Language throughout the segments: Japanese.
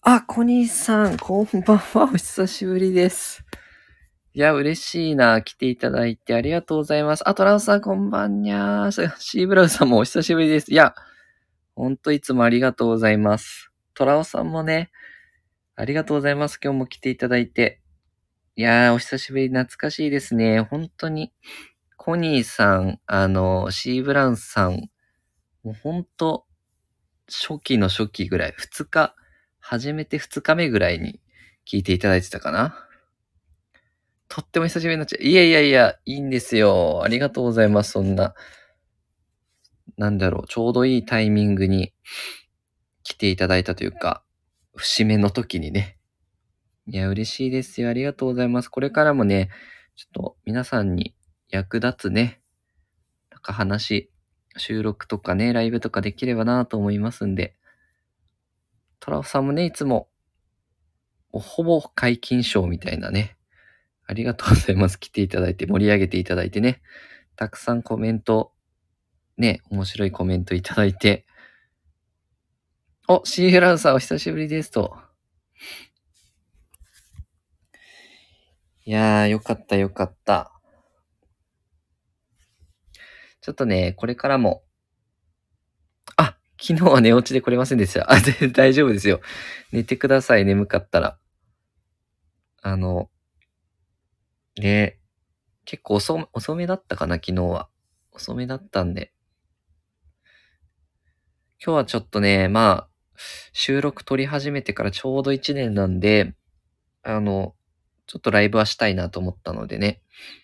あ、コニーさん、こんばんは。お久しぶりです。いや、嬉しいな。来ていただいてありがとうございます。あ、トラウさん、こんばんにゃー。シーブラウさんもお久しぶりです。いや、ほんといつもありがとうございます。トラオさんもね、ありがとうございます。今日も来ていただいて。いやー、お久しぶり。懐かしいですね。本当に。コニーさん、シーブラウンさん、もうほんと、初期の初期ぐらい、初めて2日目ぐらいに聞いていただいてたかな。とっても久しぶりになっちゃう。いやいやいや、いいんですよ。ありがとうございます。そんな、ちょうどいいタイミングに来ていただいたというか、節目の時にね。いや、嬉しいですよ。ありがとうございます。これからもね、ちょっと皆さんに役立つね、収録とかね、ライブとかできればなと思いますんで、トラオさんもね、いつも、ほぼ解禁賞みたいなね、ありがとうございます。来ていただいて、盛り上げていただいてね、たくさんコメント、ね、面白いコメントいただいて、シーフランさんお久しぶりですと。いやー、よかったよかった。ちょっとね、これからも、昨日は寝落ちで来れませんでした。全然大丈夫ですよ。寝てください、眠かったら。あの、ね、結構遅めだったかな、昨日は。遅めだったんで。今日はちょっとね、収録撮り始めてからちょうど1年なんで、ちょっとライブはしたいなと思ったのでね。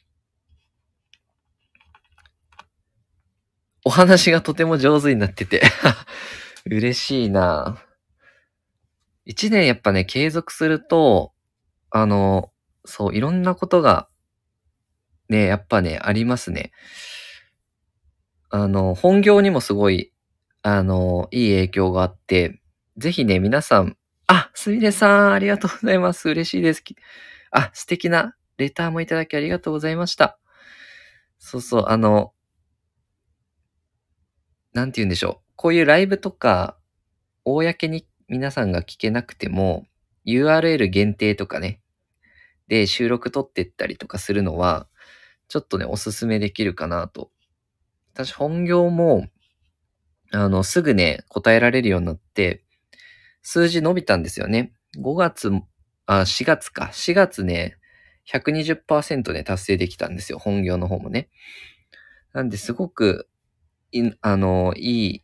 お話がとても上手になってて嬉しいな。1年やっぱね、継続すると、いろんなことがね、やっぱね、ありますね。本業にもすごい、いい影響があって、ぜひね、皆さん、すみれさん、ありがとうございます。嬉しいです。素敵なレターもいただきありがとうございました。そうそう、なんて言うんでしょう。こういうライブとか、公に皆さんが聞けなくても、URL 限定とかね、で収録撮ってったりとかするのは、ちょっとね、おすすめできるかなと。私、本業も、すぐね、答えられるようになって、数字伸びたんですよね。5月、4月か。4月ね、120%ね、達成できたんですよ。本業の方もね。なんで、すごく、いい、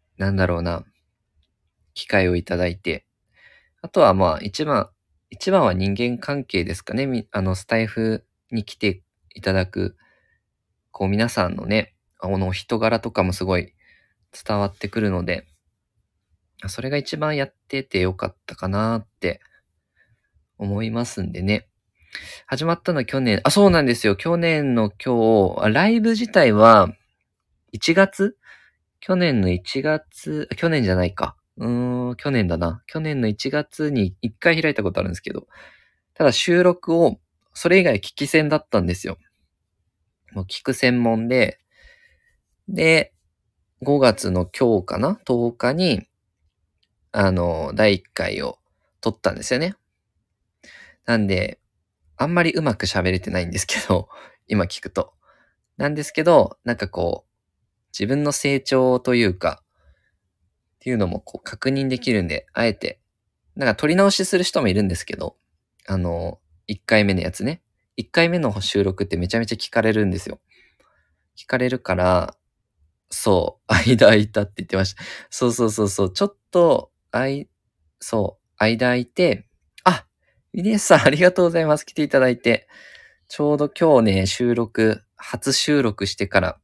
機会をいただいて。あとは一番は人間関係ですかね。スタイフに来ていただく、皆さんのね、人柄とかもすごい伝わってくるので、それが一番やっててよかったかなって思いますんでね。始まったのは去年、そうなんですよ。去年の今日、ライブ自体は1月去年の1月、去年じゃないか。去年だな。去年の1月に1回開いたことあるんですけど、ただ収録を、それ以外聞き戦だったんですよ。もう聞く専門で、5月の今日かな ?10 日に、第1回を撮ったんですよね。なんで、あんまりうまく喋れてないんですけど、今聞くと。なんですけど、自分の成長というか、っていうのも確認できるんで、あえて、撮り直しする人もいるんですけど、1回目のやつね。1回目の収録ってめちゃめちゃ聞かれるんですよ。聞かれるから、そう、間空いたって言ってました。そうそうそうそう、ちょっと、間空いて、ミネスさんありがとうございます。来ていただいて。ちょうど今日ね、初収録してから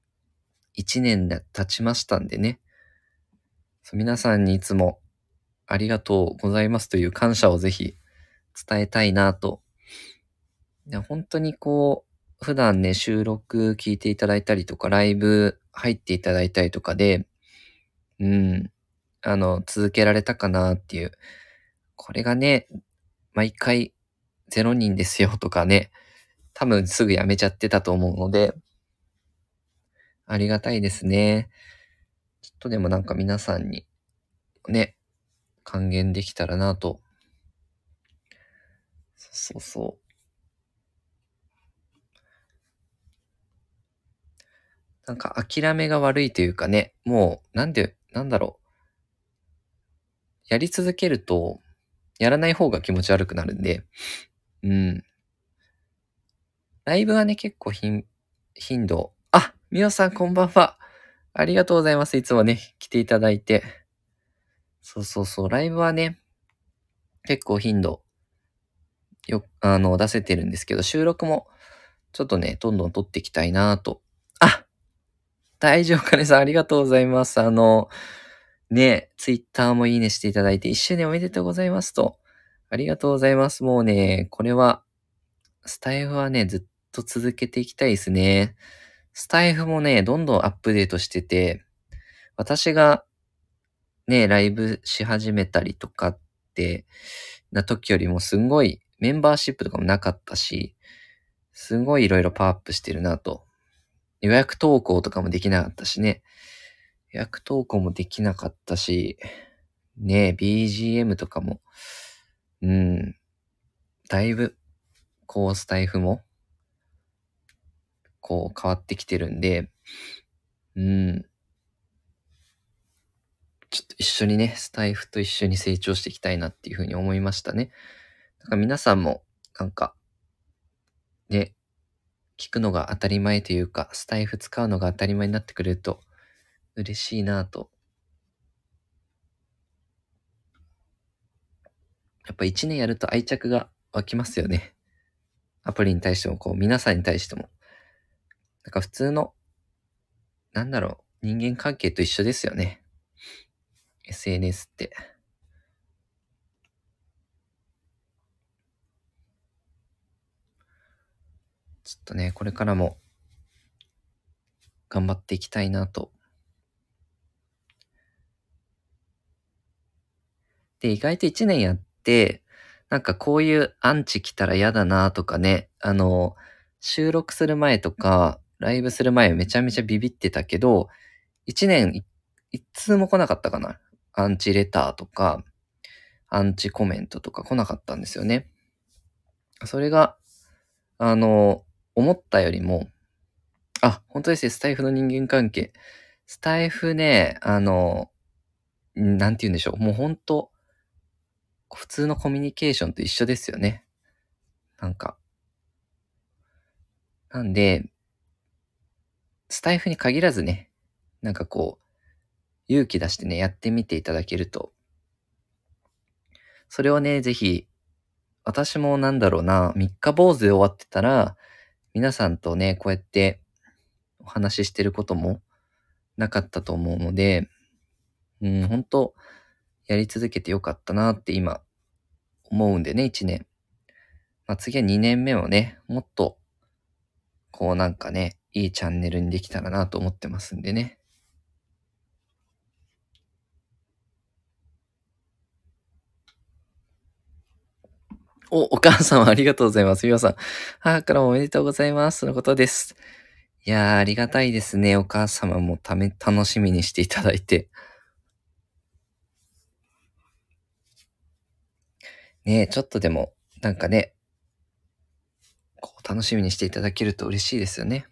1年経ちましたんでね。皆さんにいつもありがとうございますという感謝をぜひ伝えたいなと。本当に普段ね、収録聞いていただいたりとか、ライブ入っていただいたりとかで、うん、続けられたかなっていう。これがね、毎回0人ですよとかね、多分すぐやめちゃってたと思うので、ありがたいですね。ちょっとでも皆さんにね、 還元できたらなと。そうそう。なんか諦めが悪いというかね、もう、なんだろう。やり続けると、やらない方が気持ち悪くなるんで、うん。ライブはね、結構頻度。あ、みおさんこんばんは。ありがとうございます。いつもね、来ていただいて。そうそうそう。ライブはね、結構頻度出せてるんですけど、収録もちょっとね、どんどん撮っていきたいなと。あ、大丈夫かねさん、ありがとうございます。ね、ツイッターもいいねしていただいて、1周年おめでとうございますと。ありがとうございます。もうね、これは、スタイフはね、ずっと続けていきたいですね。スタイフもね、どんどんアップデートしてて、私がね、ライブし始めたりとかな時よりもすんごいメンバーシップとかもなかったし、すごいいろいろパワーアップしてるなと。予約投稿とかもできなかったしね。予約投稿もできなかったし、ね、BGM とかも、うん、だいぶ、スタイフも、変わってきてるんで、うん、ちょっと一緒にね、スタイフと一緒に成長していきたいなっていうふうに思いましたね。だから皆さんも、なんか、ね、聞くのが当たり前というか、スタイフ使うのが当たり前になってくれると嬉しいなと。やっぱ一年やると愛着が湧きますよね。アプリに対しても、皆さんに対しても。なんか普通の、人間関係と一緒ですよね。SNS って。ちょっとね、これからも頑張っていきたいなと。で、意外と一年やって、なんかこういうアンチ来たら嫌だなとかね、収録する前とか、ライブする前めちゃめちゃビビってたけど、一年一通も来なかったかな。アンチレターとか、アンチコメントとか来なかったんですよね。それが、あの、思ったよりも、本当ですね、スタイフの人間関係。スタイフね、なんて言うんでしょう。もう本当、普通のコミュニケーションと一緒ですよね。なんか。なんで、スタイフに限らずね、勇気出してね、やってみていただけると。それをね、ぜひ、私も三日坊主で終わってたら、皆さんとね、こうやってお話ししてることもなかったと思うので、本当やり続けてよかったなって今思うんでね、1年。まあ、次は2年目もね、もっと、いいチャンネルにできたらなと思ってますんでね。お母さんありがとうございます。みおさん。母からもおめでとうございます。のことです。いやー、ありがたいですね。お母様も楽しみにしていただいて。ねえ、ちょっとでも、楽しみにしていただけると嬉しいですよね。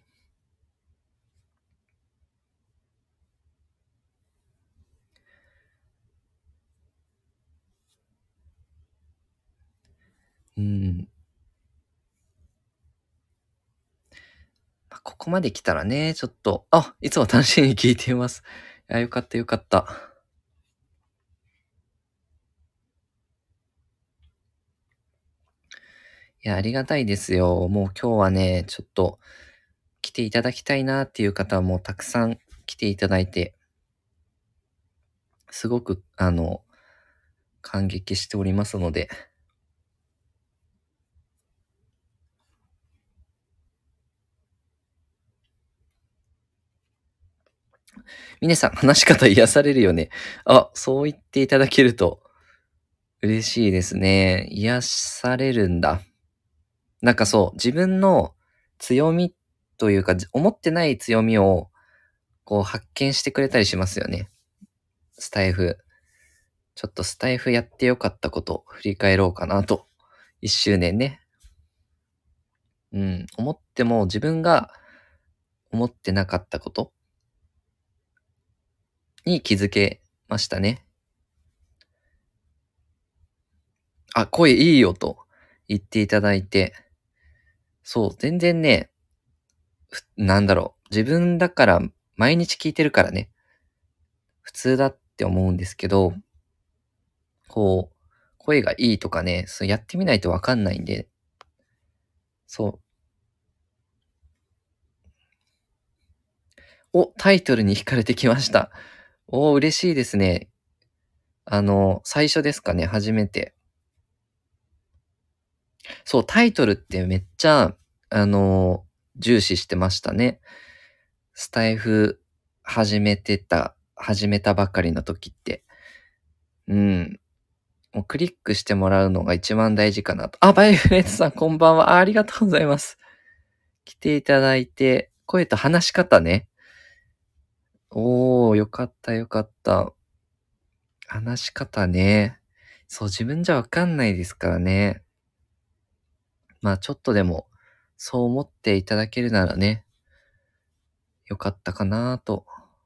うん。ここまで来たらね、ちょっと、いつも楽しみに聞いています。よかったよかった。いや、ありがたいですよ。もう今日はね、ちょっと来ていただきたいなっていう方はもうたくさん来ていただいて、すごく、感激しておりますので、峰さん、話し方癒されるよね。そう言っていただけると嬉しいですね。癒されるんだ。自分の強みというか、思ってない強みを、発見してくれたりしますよね。スタイフ。 ちょっとスタイフやってよかったことを振り返ろうかなと。1周年ね。思っても自分が思ってなかったことに気づけましたね。あ、声いいよと言っていただいて、そう、全然ね、自分だから毎日聞いてるからね、普通だって思うんですけど、こう、声がいいとかね、そうやってみないとわかんないんで、そう。タイトルに惹かれてきました。嬉しいですね。最初ですかね、初めて。そう、タイトルってめっちゃ、あの、重視してましたね。スタイフ始めたばかりの時って。うん。もうクリックしてもらうのが一番大事かなと。バイオレットさんこんばんは。ありがとうございます。来ていただいて、声と話し方ね。よかったよかった。話し方ね。そう、自分じゃわかんないですからね。まあちょっとでも、そう思っていただけるならね、よかったかなと。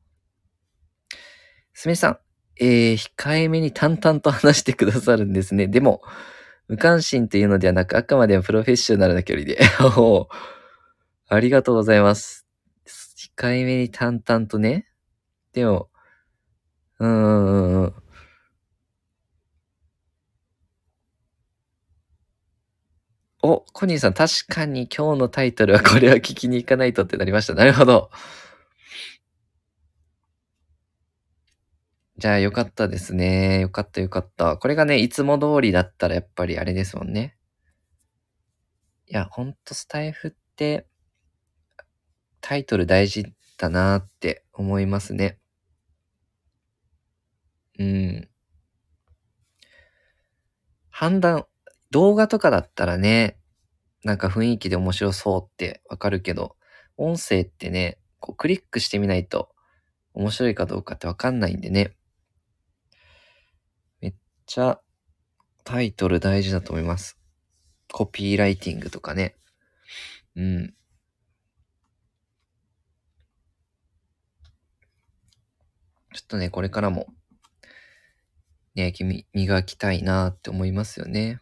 すみさん、控えめに淡々と話してくださるんですね。でも、無関心というのではなく、あくまでもプロフェッショナルな距離で。ありがとうございます。控えめに淡々とね。でも、うーん。コニーさん、確かに今日のタイトルはこれは聞きに行かないとってなりました。なるほど。じゃあよかったですね。よかったよかった。これがね、いつも通りだったらやっぱりあれですもんね。いや、ほんとスタイフってタイトル大事だなって思いますね。うん。動画とかだったらね、なんか雰囲気で面白そうってわかるけど、音声ってね、こうクリックしてみないと面白いかどうかってわかんないんでね。めっちゃタイトル大事だと思います。コピーライティングとかね。うん。ちょっとね、これからもね、磨きたいなって思いますよね。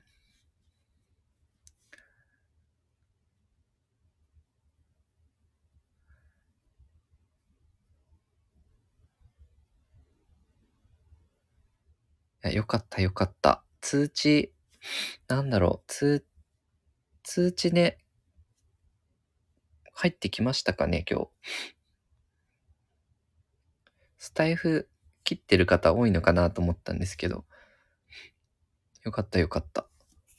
いや、よかったよかった。なんだろう、通知ね、入ってきましたかね、今日。スタイフ切ってる方多いのかなと思ったんですけど。よかったよかった。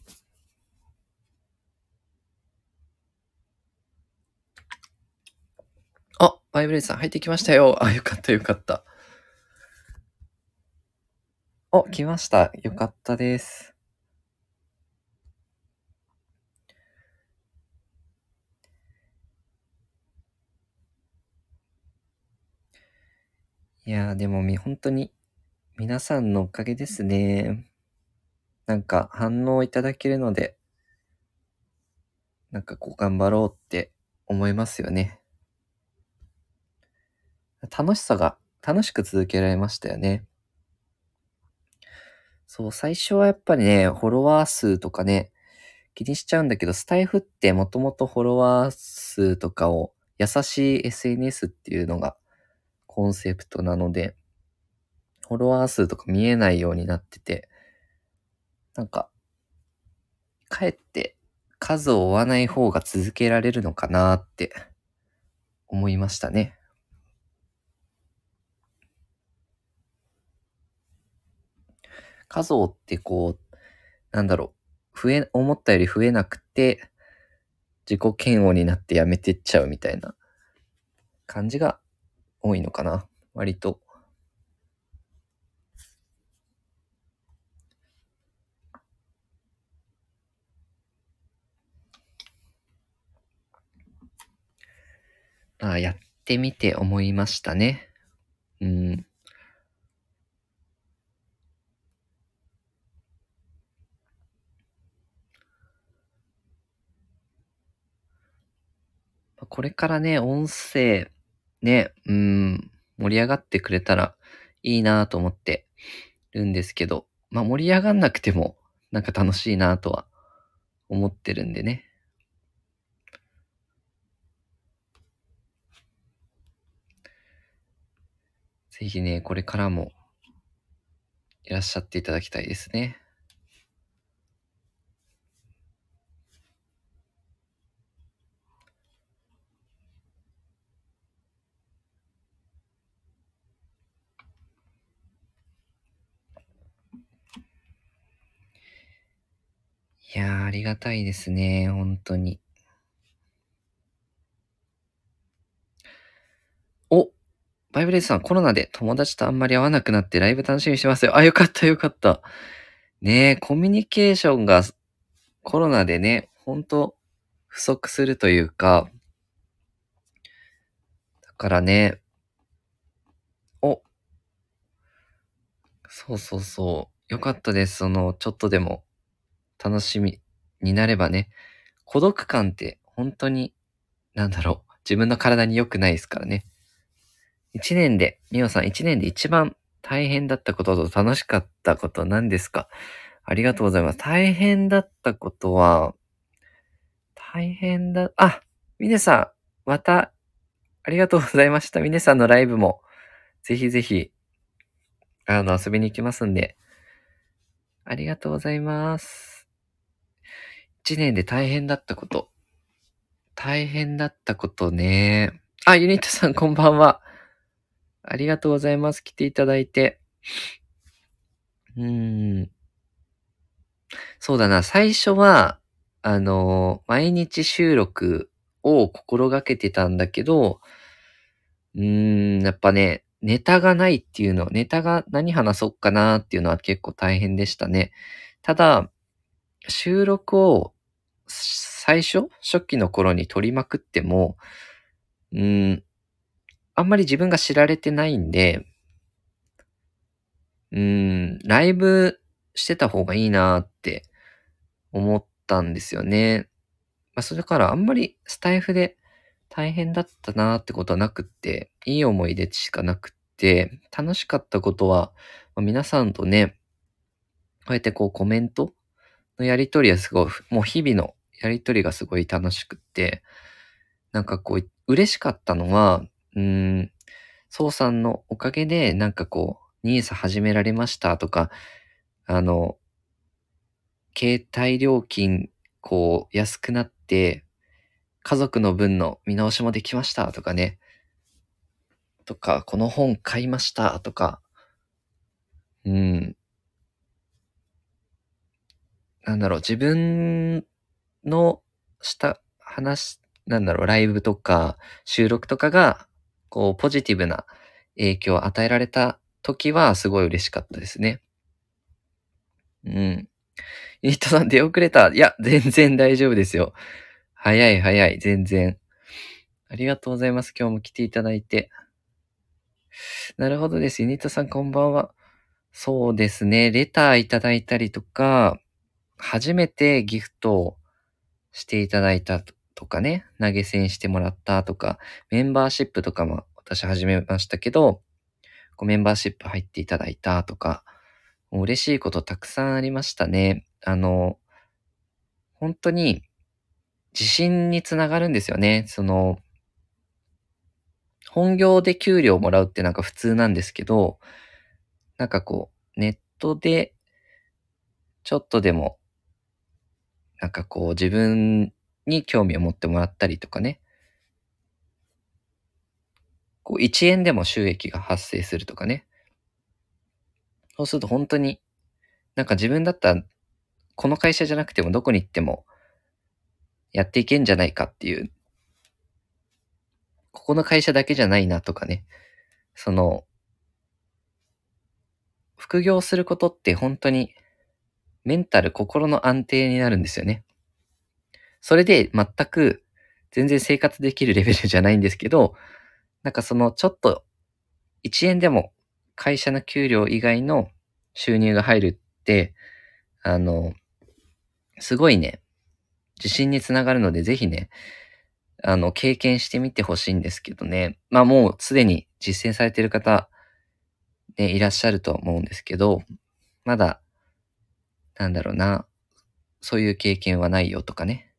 バイブレーさん入ってきましたよ。よかったよかった。来ました。よかったです。いやー、でも本当に皆さんのおかげですね。なんか反応いただけるので、なんかこう頑張ろうって思いますよね。楽しく続けられましたよね。そう、最初はやっぱりね、フォロワー数とかね、気にしちゃうんだけど、スタイフってもともとフォロワー数とかを優しい SNS っていうのがコンセプトなので、フォロワー数とか見えないようになってて、なんか、かえって数を追わない方が続けられるのかなって思いましたね。数を追ってこう、思ったより増えなくて、自己嫌悪になってやめてっちゃうみたいな感じが多いのかな。割と。やってみて思いましたね。うん。 これからね、音声、ね、盛り上がってくれたらいいなと思ってるんですけど、盛り上がんなくても、なんか楽しいなとは思ってるんでね。ぜひね、これからもいらっしゃっていただきたいですね。いやー、ありがたいですね、本当に。お、バイブレイスさん、コロナで友達とあんまり会わなくなってライブ楽しみにしてますよ。あ、よかったよかった。ねえ、コミュニケーションがコロナでね、本当不足するというか、だからね、お、そうそうそう。よかったです。ちょっとでも楽しみになればね。孤独感って本当に、自分の体に良くないですからね。ミオさん一年で一番大変だったことと楽しかったこと何ですか？ありがとうございます。大変だったことは、ミネさん、また、ありがとうございました。ミネさんのライブも、ぜひぜひ、遊びに行きますんで、ありがとうございます。一年で大変だったこと。大変だったことね。あ、ユニットさんこんばんは。ありがとうございます。来ていただいて。そうだな。最初は、毎日収録を心がけてたんだけど、やっぱね、ネタが何話そうかなっていうのは結構大変でしたね。ただ、収録を初期の頃に撮りまくっても、うーん、あんまり自分が知られてないんで、ライブしてた方がいいなって思ったんですよね。それからあんまりスタイフで大変だったなってことはなくって、いい思い出しかなくって、楽しかったことは、皆さんとね、こうやってこうコメントのやりとりはすごい、もう日々のやりとりがすごい楽しくって、嬉しかったのは、そうさんのおかげで、ニーサ始められましたとか、あの、携帯料金、安くなって、家族の分の見直しもできましたとかね、とか、この本買いましたとか、うん、自分のしたライブとか収録とかが、ポジティブな影響を与えられた時はすごい嬉しかったですね。うん。ユニットさん出遅れた。いや、全然大丈夫ですよ。早い早い、全然。ありがとうございます。今日も来ていただいて。なるほどです。ユニットさんこんばんは。そうですね。レターいただいたりとか、初めてギフトをしていただいたとかね、投げ銭してもらったとか、メンバーシップとかも私始めましたけど、メンバーシップ入っていただいたとか、もう嬉しいことたくさんありましたね。本当に自信につながるんですよね。本業で給料をもらうって普通なんですけど、ネットでちょっとでも、自分に興味を持ってもらったりとかね、1円でも収益が発生するとかね。そうすると本当に、自分だったら、この会社じゃなくてもどこに行ってもやっていけんじゃないかっていう、ここの会社だけじゃないなとかね。その、副業することって本当にメンタル、心の安定になるんですよね。それで全く全然生活できるレベルじゃないんですけど、ちょっと1円でも会社の給料以外の収入が入るって、あの、すごいね、自信につながるので、ぜひね、 経験してみてほしいんですけどね。まあもうすでに実践されている方、ね、いらっしゃるとは思うんですけど、まだ、なんだろうな、そういう経験はないよとかね。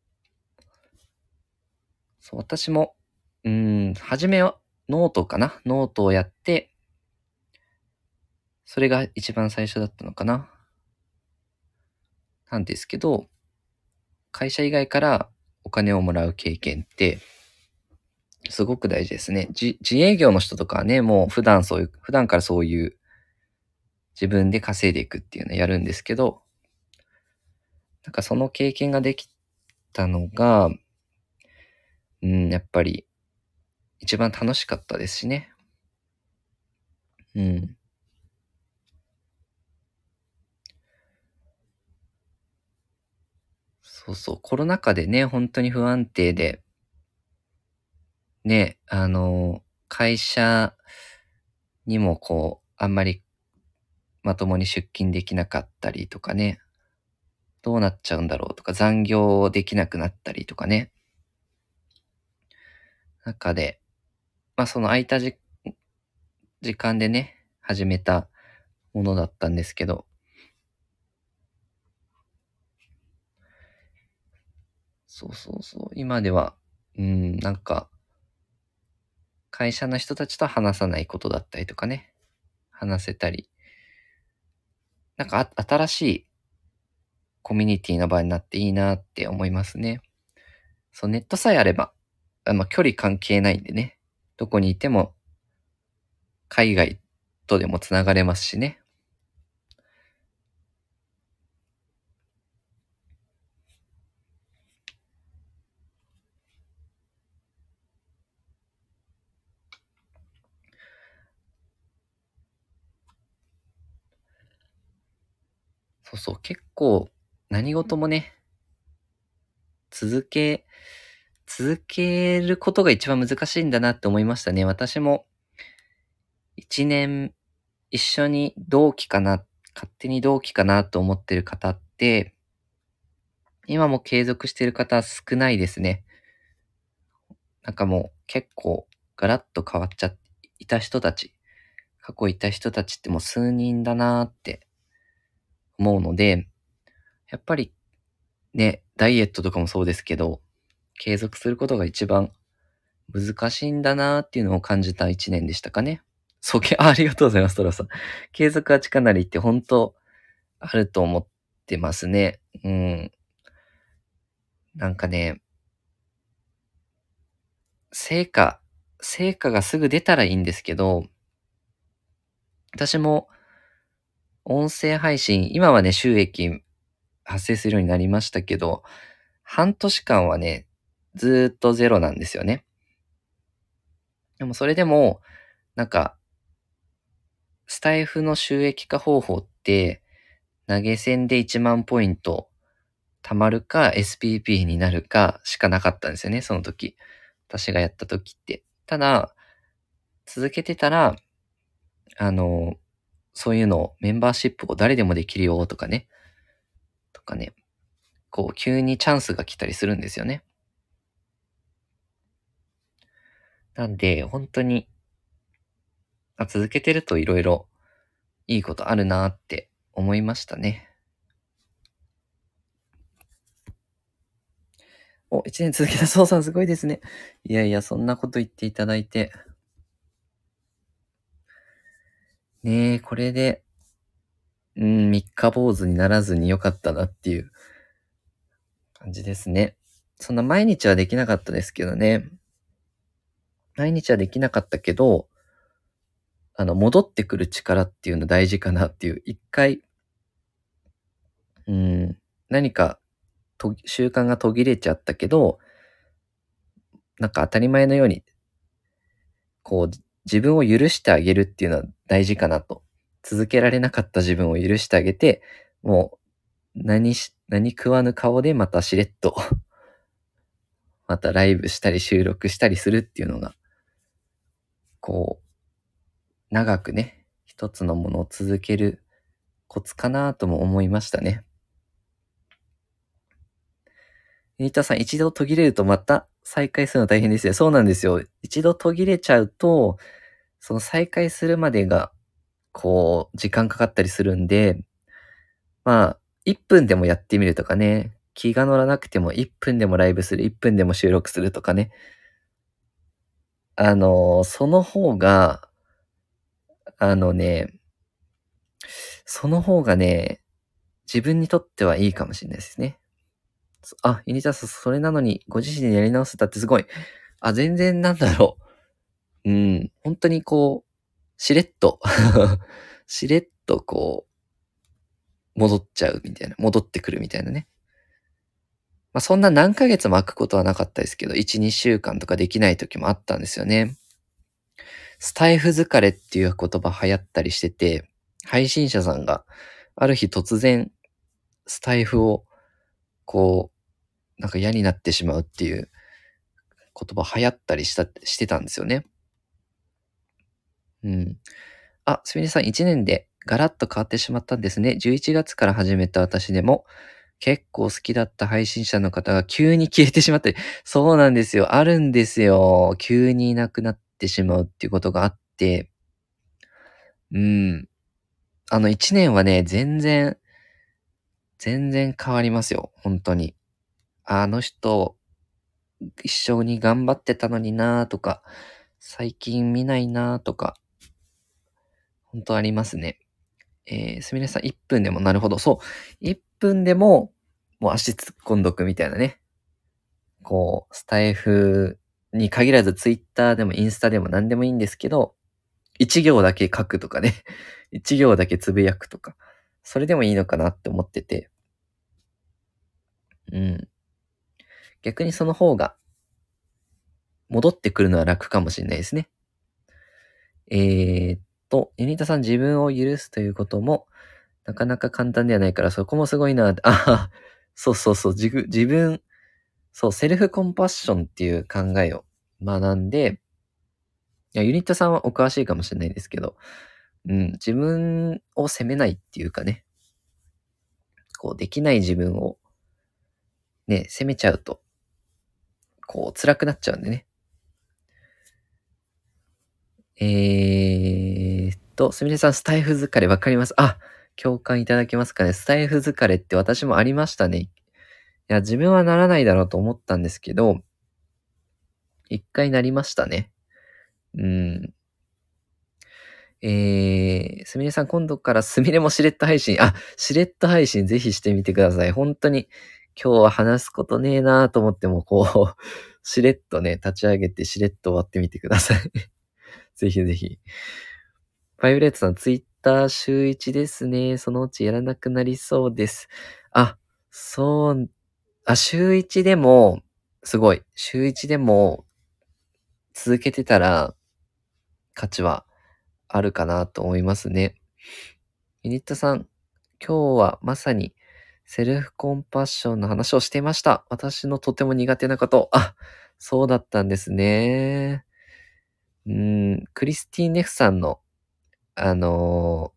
そう、私も、初めはノートかな。ノートをやって、それが一番最初だったのかな。なんですけど、会社以外からお金をもらう経験って、すごく大事ですね。自営業の人とかはね、もう普段からそういう自分で稼いでいくっていうのをやるんですけど、なんかその経験ができたのが、やっぱり一番楽しかったですしね。うん。そうそう。コロナ禍でね、本当に不安定で、ね、会社にもあんまりまともに出勤できなかったりとかね、どうなっちゃうんだろうとか、残業できなくなったりとかね、中で、まあその空いた時間でね、始めたものだったんですけど、そうそうそう、今では、なんか、会社の人たちと話さないことだったりとかね、話せたり、なんか新しいコミュニティの場になっていいなって思いますね。そう、ネットさえあれば、距離関係ないんでね、どこにいても海外とでもつながれますしね。そうそう、結構何事もね、続け、続けることが一番難しいんだなって思いましたね。私も一年一緒に同期かな、勝手に同期かなと思ってる方って、今も継続してる方少ないですね。なんかもう結構ガラッと変わっちゃいた人たち、過去いた人たちってもう数人だなーって思うので、やっぱりね、ダイエットとかもそうですけど、継続することが一番難しいんだなーっていうのを感じた一年でしたかね。ありがとうございます、トラさん。継続は力なりって本当あると思ってますね。うん。なんかね、成果、成果がすぐ出たらいいんですけど、私も音声配信、今はね、収益発生するようになりましたけど、半年間はね、ずーっとゼロなんですよね。でもそれでも、なんか、スタイフの収益化方法って、投げ銭で1万ポイント貯まるか SPP になるかしかなかったんですよね、その時。私がやった時って。ただ、続けてたら、あの、そういうのをメンバーシップを誰でもできるよとかね、急にチャンスが来たりするんですよね。なんで、本当に、続けてると色々いいことあるなって思いましたね。1年続けたそうさんすごいですね。いやいや、そんなこと言っていただいて。ねえ、これで、三日坊主にならずによかったなっていう感じですね。そんな毎日はできなかったですけどね。毎日はできなかったけど、戻ってくる力っていうの大事かなっていう。一回、うん、何か習慣が途切れちゃったけど、なんか当たり前のように、自分を許してあげるっていうのは大事かなと。続けられなかった自分を許してあげて、もう、何食わぬ顔でまたしれっとまたライブしたり収録したりするっていうのが、こ長くね、一つのものを続けるコツかなとも思いましたね。ニータさん、一度途切れるとまた再開するの大変ですよ。そうなんですよ。一度途切れちゃうと、その再開するまでが、時間かかったりするんで、まあ、1分でもやってみるとかね、気が乗らなくても1分でもライブする、1分でも収録するとかね。その方が、あのね、その方がね、自分にとってはいいかもしれないですね。ユニタス、それなのに、ご自身でやり直せたってすごい。全然なんだろう。本当にしれっとしれっと戻っちゃうみたいな、戻ってくるみたいなね。まあ、そんな何ヶ月も空くことはなかったですけど、1、2週間とかできない時もあったんですよね。スタイフ疲れっていう言葉流行ったりしてて、配信者さんがある日突然スタイフをなんか嫌になってしまうっていう言葉流行ったりしてたんですよね。うん。すみれさん1年でガラッと変わってしまったんですね。11月から始めた私でも結構好きだった配信者の方が急に消えてしまったり、そうなんですよ。あるんですよ。急にいなくなってしまうっていうことがあって、うん。1年はね、全然変わりますよ。本当に。あの人、一緒に頑張ってたのになーとか、最近見ないなーとか、本当ありますね。すみれさん1分でもなるほど。そう。1分でも、もう足突っ込んどくみたいなね。スタイフに限らずツイッターでもインスタでも何でもいいんですけど、1行だけ書くとかね。1行だけつぶやくとか。それでもいいのかなって思ってて。うん。逆にその方が戻ってくるのは楽かもしれないですね。ユニタさん自分を許すということもなかなか簡単ではないからそこもすごいなって。そうそうそう。自分、そう、セルフコンパッションっていう考えを学んで、いや、ユニットさんはお詳しいかもしれないですけど、自分を責めないっていうかね、できない自分をね、責めちゃうと、辛くなっちゃうんでね。すみれさん、スタイフ疲れわかります。共感いただけますかね。スタイフ疲れって私もありましたね。いや、自分はならないだろうと思ったんですけど、一回なりましたね。うん。すみれさん、今度からすみれもしれっと配信、しれっと配信ぜひしてみてください。本当に、今日は話すことねえなーと思っても、しれっとね、立ち上げてしれっと終わってみてください。ぜひぜひ。バイオレットさん、ツイッター週1ですね。そのうちやらなくなりそうです。あ、そう、週1でも、すごい。週1でも続けてたら価値はあるかなと思いますね。ユニットさん、今日はまさにセルフコンパッションの話をしていました。私のとても苦手なこと。そうだったんですね。クリスティーネフさんの、あの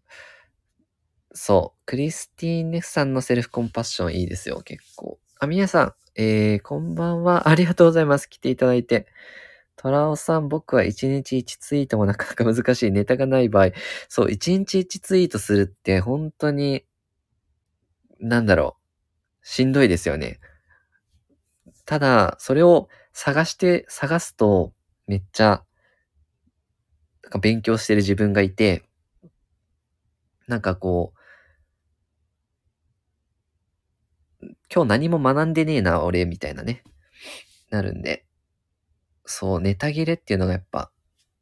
クリスティーネフさんのセルフコンパッションいいですよ、結構。皆さん、こんばんは。ありがとうございます。来ていただいて。トラオさん、僕は1日1ツイートもなかなか難しい。ネタがない場合。そう、1日1ツイートするって本当に、なんだろう。しんどいですよね。ただ、それを探すと、めっちゃ、なんか勉強してる自分がいて、なんか今日何も学んでねえな、俺、みたいなね、なるんで、そう、ネタ切れっていうのがやっぱ、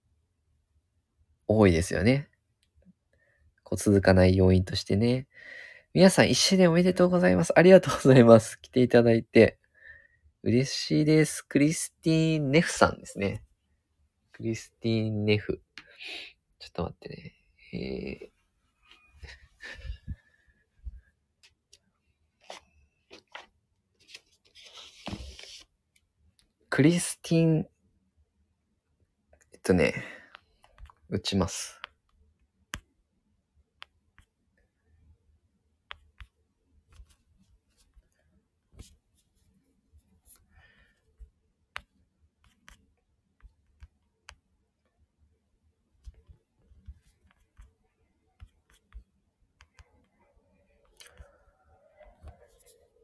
多いですよね。続かない要因としてね。皆さん、一周年おめでとうございます。ありがとうございます。来ていただいて。嬉しいです。クリスティーン・ネフさんですね。クリスティーン・ネフ。ちょっと待ってね。クリスティン、ね、打ちます。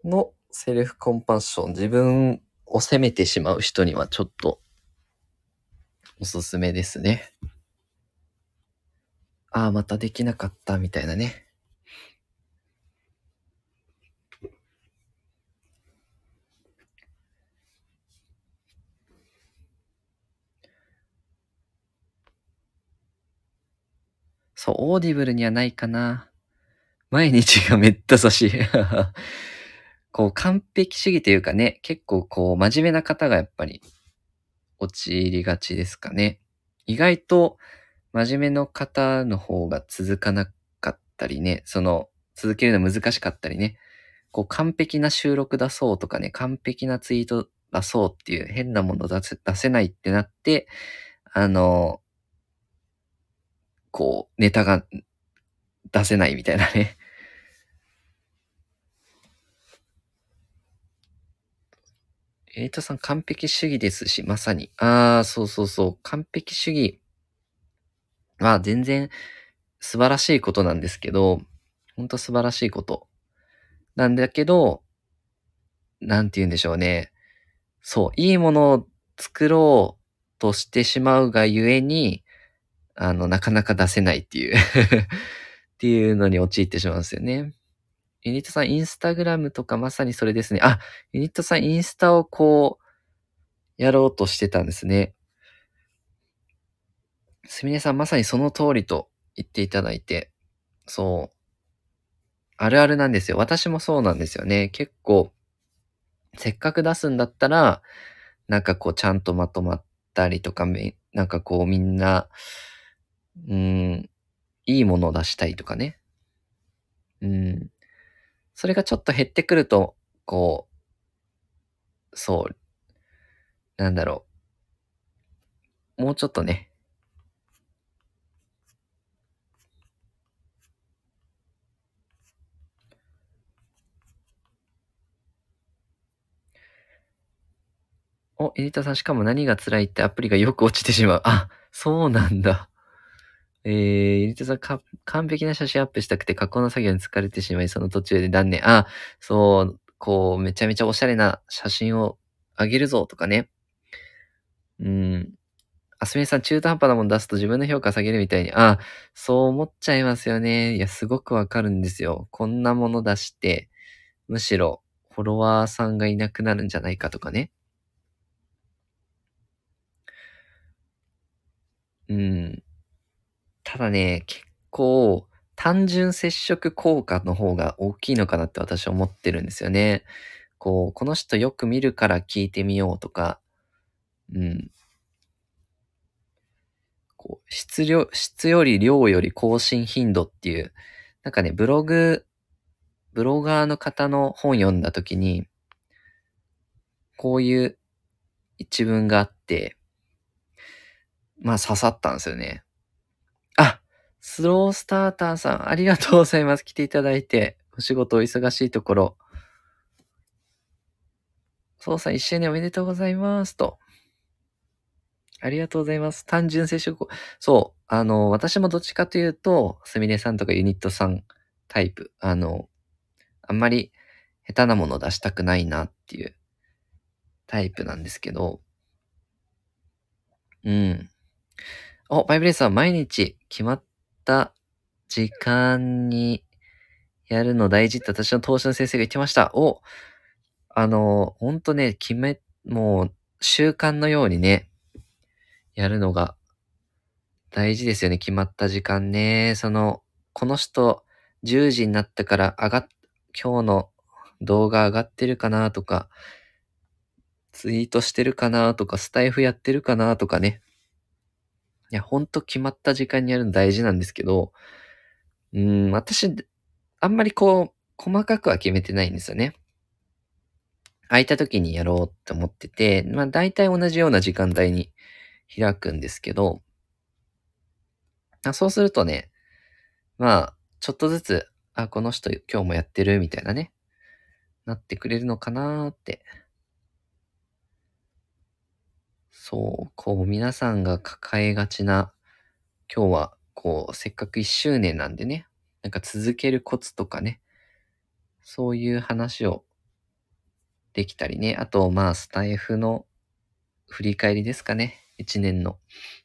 のセルフコンパッション、自分を責めてしまう人にはちょっとおすすめですね。ああ、またできなかったみたいなね。そう、オーディブルにはないかな。毎日がめった刺し。こう、完璧主義というかね、結構こう、真面目な方がやっぱり陥りがちですかね。意外と真面目の方の方が続かなかったりね、続けるの難しかったりね、こう、完璧な収録出そうとかね、完璧なツイート出そうっていう変なもの出せないってなって、あの、こう、ネタが出せないみたいなね。エイトさん完璧主義ですし、まさに。ああ、そうそうそう。完璧主義は全然素晴らしいことなんですけど、ほんと素晴らしいことなんだけど、なんて言うんでしょうね。そう、いいものを作ろうとしてしまうがゆえに、なかなか出せないっていうっていうのに陥ってしまうんですよね。ユニットさん、インスタグラムとかまさにそれですね。あ、ユニットさん、インスタをこう、やろうとしてたんですね。すみれさん、まさにその通りと言っていただいて、そう、あるあるなんですよ。私もそうなんですよね。結構、せっかく出すんだったら、なんかこう、ちゃんとまとまったりとか、なんかこう、みんな、うーん、いいものを出したいとかね。うん。それがちょっと減ってくると、こう、そう、なんだろう。もうちょっとね。お、エディターさん、しかも何が辛いってアプリがよく落ちてしまう。あ、そうなんだ。エディターさん、完璧な写真アップしたくて加工の作業に疲れてしまい、その途中で断念。あ、そう、こう、めちゃめちゃおしゃれな写真をあげるぞとかね。うん。あすみさん、中途半端なもの出すと自分の評価下げるみたいに。あ、そう思っちゃいますよね。いや、すごくわかるんですよ。こんなもの出して、むしろフォロワーさんがいなくなるんじゃないかとかね。うん。ただね、結構、単純接触効果の方が大きいのかなって私は思ってるんですよね。こう、この人よく見るから聞いてみようとか、うん。こう、質より量より更新頻度っていう、なんかね、ブロガーの方の本読んだ時に、こういう一文があって、まあ刺さったんですよね。あ、スロースターターさん、ありがとうございます。来ていただいて、お仕事お忙しいところ、そうさん一緒におめでとうございますと。ありがとうございます。単純接触。そう。私もどっちかというと、すみれさんとかユニットさんタイプ。あんまり下手なもの出したくないなっていうタイプなんですけど、うん。バイブレースは毎日決まった時間にやるの大事って私の投資の先生が言ってました。ほんとね、もう習慣のようにね、やるのが大事ですよね。決まった時間ね。この人10時になったから今日の動画上がってるかなとか、ツイートしてるかなとか、スタイフやってるかなとかね。いや、ほんと決まった時間にやるの大事なんですけど、私、あんまりこう、細かくは決めてないんですよね。空いた時にやろうって思ってて、まあ大体同じような時間帯に開くんですけど、そうするとね、まあ、ちょっとずつ、この人今日もやってるみたいなね、なってくれるのかなーって。そう、こう皆さんが抱えがちな、今日はこう、せっかく1周年なんでね、なんか続けるコツとかね、そういう話をできたりね。あと、まあ、スタイフの振り返りですかね。1年の。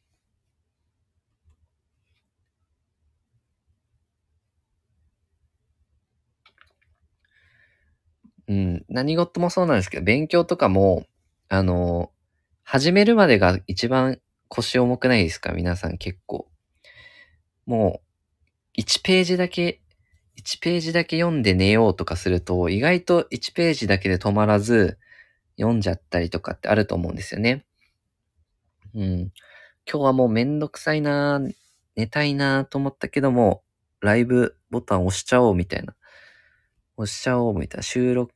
うん。何事もそうなんですけど、勉強とかも、あの、始めるまでが一番腰重くないですか？皆さん結構。もう、1ページだけ、1ページだけ読んで寝ようとかすると、意外と1ページだけで止まらず、読んじゃったりとかってあると思うんですよね。うん。今日はもうめんどくさいな、寝たいなと思ったけども、ライブボタン押しちゃおうみたいな。押しちゃおうみたいな。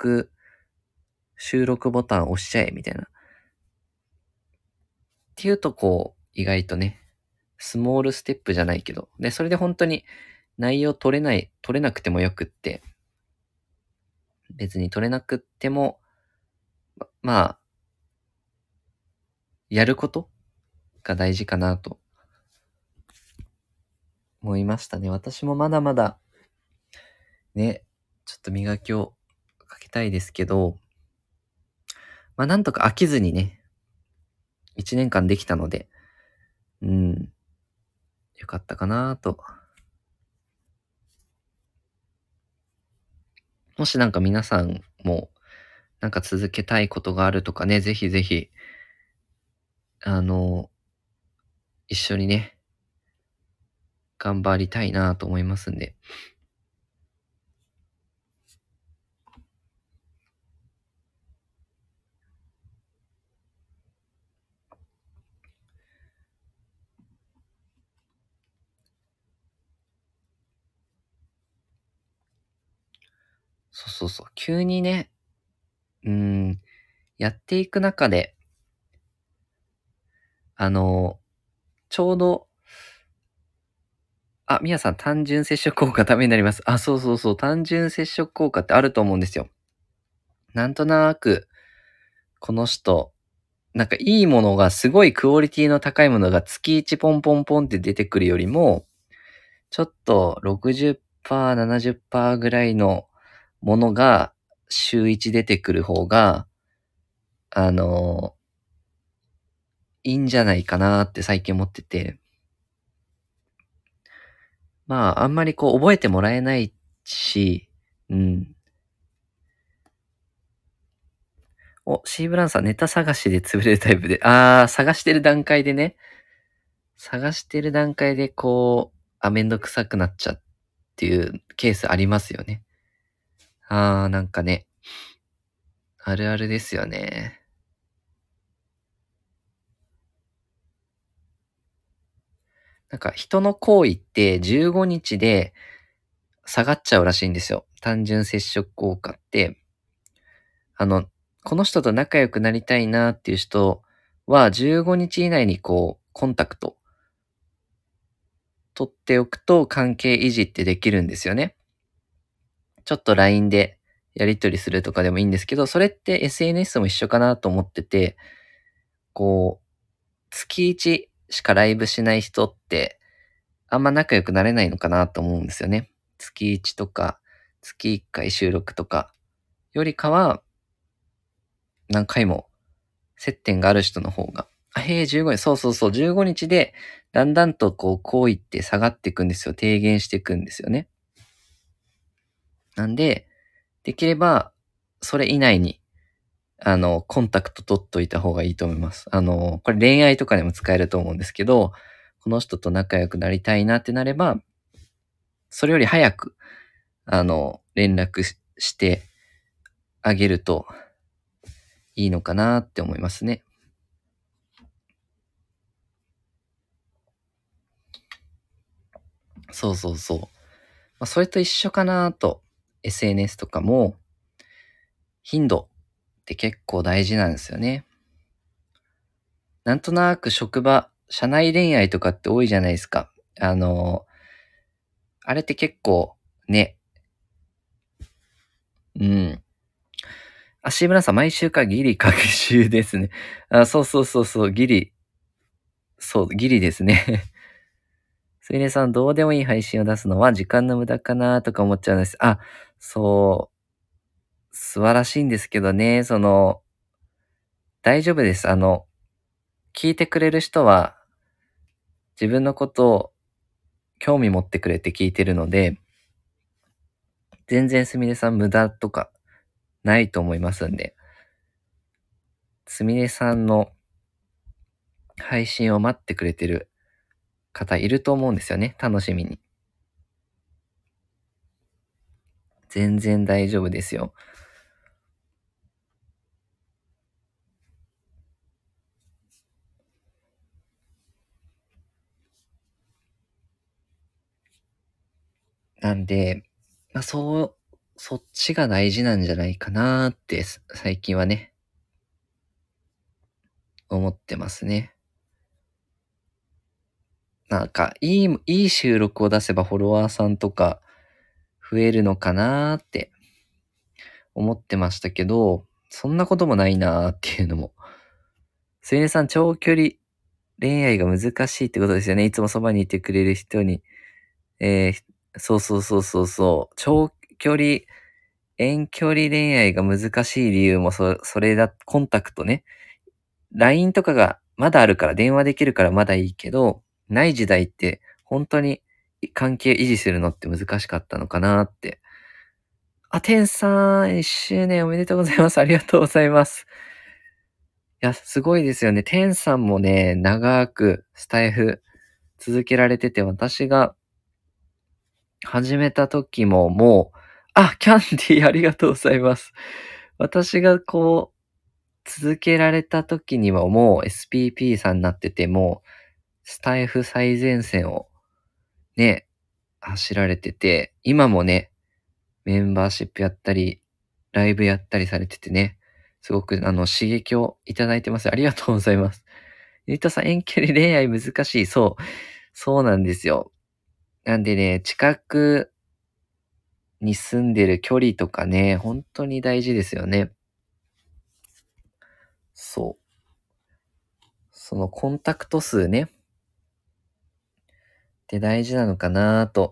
収録ボタン押しちゃえみたいな。っていうと意外とね、スモールステップじゃないけど、で、それで本当に内容取れなくてもよくって、別に取れなくっても、まあ、やることが大事かなと思いましたね。私もまだまだ、ね、ちょっと磨きをかけたいですけど、まあなんとか飽きずにね、1年間できたので、うん、よかったかなと。もしなんか皆さんも、なんか続けたいことがあるとかね、ぜひぜひ、あの、一緒にね、頑張りたいなと思いますんで。そうそうそう。急にね、やっていく中で、あの、ちょうど、みやさん、単純接触効果ためになります。そうそうそう。単純接触効果ってあると思うんですよ。なんとなく、この人、なんかいいものがすごいクオリティの高いものが月1ポンポンポンって出てくるよりも、ちょっと60%、70%ぐらいのものが週1出てくる方が、あの、いいんじゃないかなって最近思ってて、まあ、あんまり覚えてもらえないし、うん。シーブランさんネタ探しで潰れるタイプで、探してる段階でね、探してる段階でめんどくさくなっちゃうっていうケースありますよね。なんかね、あるあるですよね。なんか人の行為って15日で下がっちゃうらしいんですよ。単純接触効果って、あの、この人と仲良くなりたいなっていう人は15日以内にコンタクト取っておくと関係維持ってできるんですよね。ちょっと LINE でやり取りするとかでもいいんですけど、それって SNS も一緒かなと思ってて、こう、月1しかライブしない人って、あんま仲良くなれないのかなと思うんですよね。月1とか、月1回収録とか、よりかは、何回も接点がある人の方が。15日、そうそうそう、15日で、だんだんと行為って下がっていくんですよ。低減していくんですよね。なんで、できれば、それ以内に、コンタクト取っといた方がいいと思います。これ恋愛とかでも使えると思うんですけど、この人と仲良くなりたいなってなれば、それより早く、連絡してあげるといいのかなって思いますね。そうそうそう。それと一緒かなと、SNS とかも、頻度って結構大事なんですよね。なんとなく職場、社内恋愛とかって多いじゃないですか。あれって結構ね、うん。椎村さん、毎週かギリ隔週ですね。そうそうそうそう、ギリ、そう、ギリですね。すいねさん、どうでもいい配信を出すのは時間の無駄かなとか思っちゃうんです。そう、 素晴らしいんですけどね、大丈夫です。聞いてくれる人は自分のことを興味持ってくれて聞いてるので、全然すみれさん無駄とかないと思いますんで、すみれさんの配信を待ってくれてる方いると思うんですよね。楽しみに。全然大丈夫ですよ。なんで、そっちが大事なんじゃないかなーって最近はね、思ってますね。なんか、いい収録を出せばフォロワーさんとか増えるのかなーって思ってましたけど、そんなこともないなーっていうのも。すみれさん、長距離恋愛が難しいってことですよね。いつもそばにいてくれる人に。そうそうそうそうそう。長距離、遠距離恋愛が難しい理由もそれだ、コンタクトね。LINE とかがまだあるから電話できるからまだいいけど、ない時代って本当に関係維持するのって難しかったのかなって。あ、てんさん、1周年おめでとうございます。ありがとうございます。いや、すごいですよね。てんさんもね、長くスタイフ続けられてて、私が始めた時ももう、あ、キャンディーありがとうございます。私が続けられた時にはもう SPP さんになってて、もう、スタイフ最前線をね、走られてて、今もね、メンバーシップやったり、ライブやったりされててね、すごく刺激をいただいてます。ありがとうございます。ゆうたさん、遠距離恋愛難しい。そうなんですよ。なんでね、近くに住んでる距離とかね、本当に大事ですよね。そう。そのコンタクト数ね、って大事なのかなと。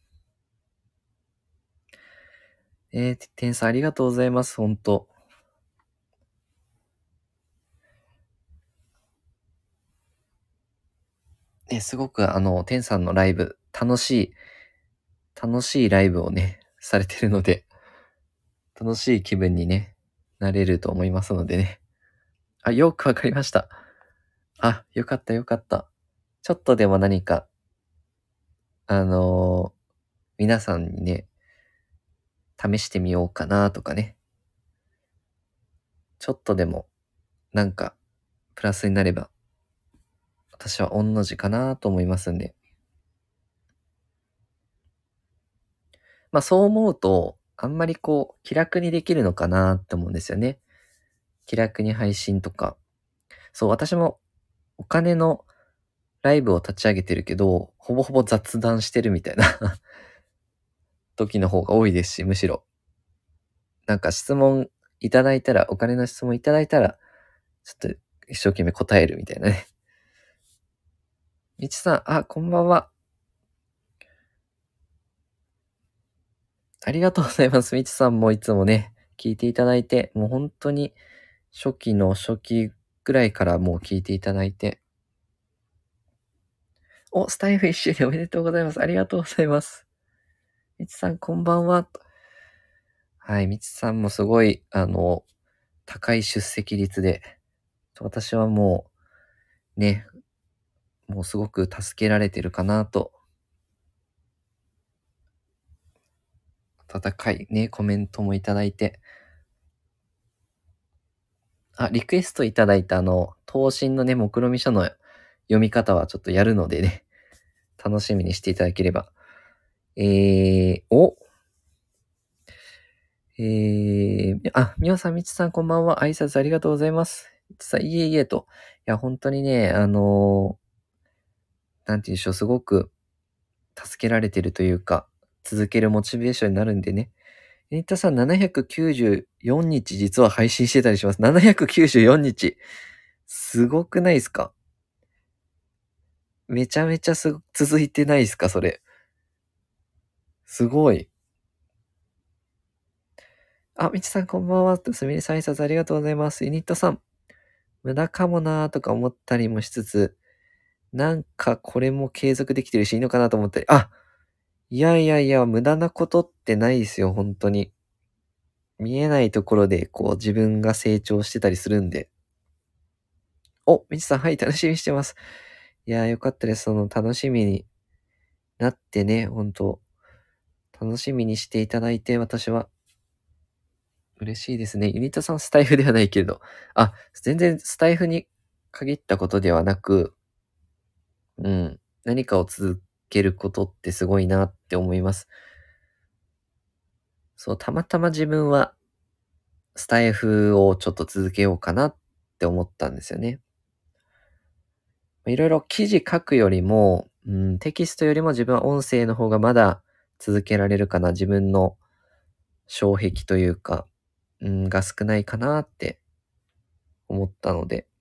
てんさんありがとうございます、本当すごくてんさんのライブ、楽しいライブをね、されてるので、楽しい気分にね、なれると思いますのでね。あ、よくわかりました。あ、よかったよかった。ちょっとでも何か、あのー皆さんにね、試してみようかなとかね、ちょっとでも、なんか、プラスになれば、私は御の字かなと思いますんで。まあそう思うと、あんまり気楽にできるのかなって思うんですよね。気楽に配信とか。そう、私もお金のライブを立ち上げてるけど、ほぼほぼ雑談してるみたいな時の方が多いですし、むしろ。なんか質問いただいたら、お金の質問いただいたら、ちょっと一生懸命答えるみたいなね。みちさん、あ、こんばんは。ありがとうございます。みちさんもいつもね、聞いていただいて、もう本当に初期の初期ぐらいからもう聞いていただいて、スタイフ一周年おめでとうございます。ありがとうございます。みちさん、こんばんは。はい、みちさんもすごい、高い出席率で、私はもう、ね、もうすごく助けられてるかなと、温かいね、コメントもいただいて、あ、リクエストいただいた東進のね、目論見書の読み方はちょっとやるのでね、楽しみにしていただければ。えー、お、みおさん、みちさん、こんばんは。挨拶ありがとうございます。みちさん、いえいえと。いや、本当にね、なんて言うんでしょう、すごく助けられてるというか、続けるモチベーションになるんでね。エニタさん、794日実は配信してたりします。794日。すごくないですか？めちゃめちゃ続いてないですかそれ。すごい。 あ、みちさんこんばんは。すみれさん挨拶ありがとうございます。ユニットさん、無駄かもなーとか思ったりもしつつ、なんかこれも継続できてるしいいのかなと思ったり、あ、いやいやいや、無駄なことってないですよ、本当に。見えないところで、こう、自分が成長してたりするんで。お、みちさん、はい、楽しみにしてます。いやー、よかったです。楽しみになってね、本当楽しみにしていただいて、私は嬉しいですね。ユニットさん、スタイフではないけれど。あ、全然スタイフに限ったことではなく、うん、何かを続けることってすごいなって思います。そう、たまたま自分はスタイフをちょっと続けようかなって思ったんですよね。いろいろ記事書くよりも、テキストよりも自分は音声の方がまだ続けられるかな。自分の障壁というか、が少ないかなって思ったので。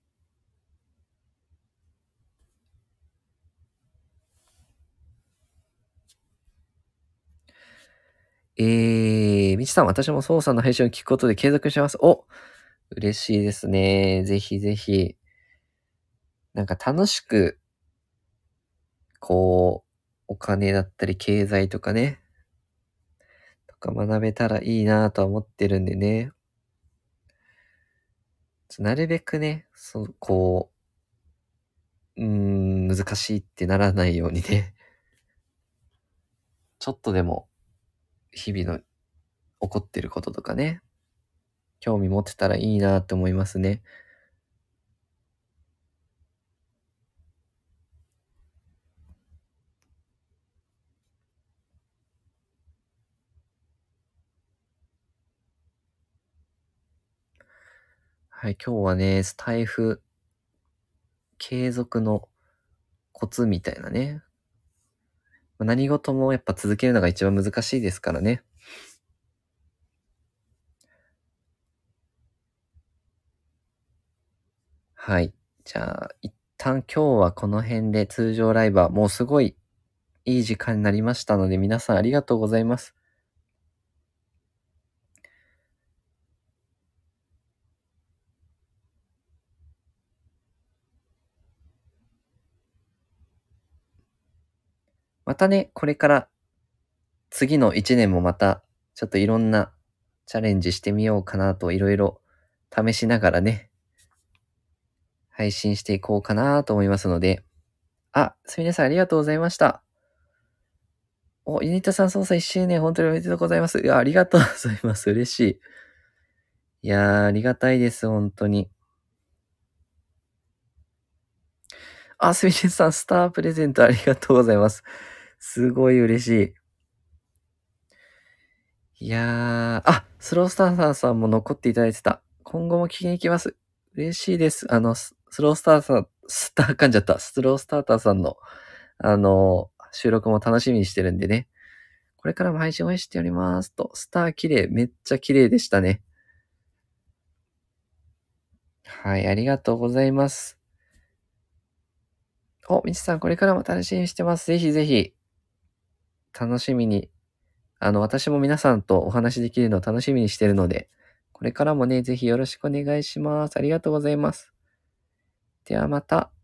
みちさん、私も操作の配信を聞くことで継続してます。お、嬉しいですね。ぜひぜひ。なんか楽しく、こう、お金だったり経済とかね、とか学べたらいいなとは思ってるんでね。なるべくね、難しいってならないようにね、ちょっとでも日々の起こってることとかね、興味持ってたらいいなって思いますね。はい、今日はね、スタイフ継続のコツみたいなね。何事もやっぱ続けるのが一番難しいですからね。はい。じゃあ、一旦今日はこの辺で通常ライブはもうすごいいい時間になりましたので、皆さんありがとうございます。またね、これから次の1年もまたちょっといろんなチャレンジしてみようかなといろいろ試しながらね、配信していこうかなと思いますので、あ、すみれさんありがとうございました。お、ユニットさん操作1周年本当におめでとうございます。いや、ありがとうございます。嬉しい。いやー、ありがたいです、本当に。あ、すみれさん、スタープレゼントありがとうございます。すごい嬉しい。いやー、あ、スロースターターさんも残っていただいてた。今後も聞きに行きます。嬉しいです。スロースターさん、スター噛んじゃった。スロースターターさんの、収録も楽しみにしてるんでね。これからも配信応援しておりますと、スター綺麗、めっちゃ綺麗でしたね。はい、ありがとうございます。お、みちさん、これからも楽しみにしてます。ぜひぜひ、楽しみに、私も皆さんとお話しできるのを楽しみにしてるので、これからもね、ぜひよろしくお願いします。ありがとうございます。ではまた。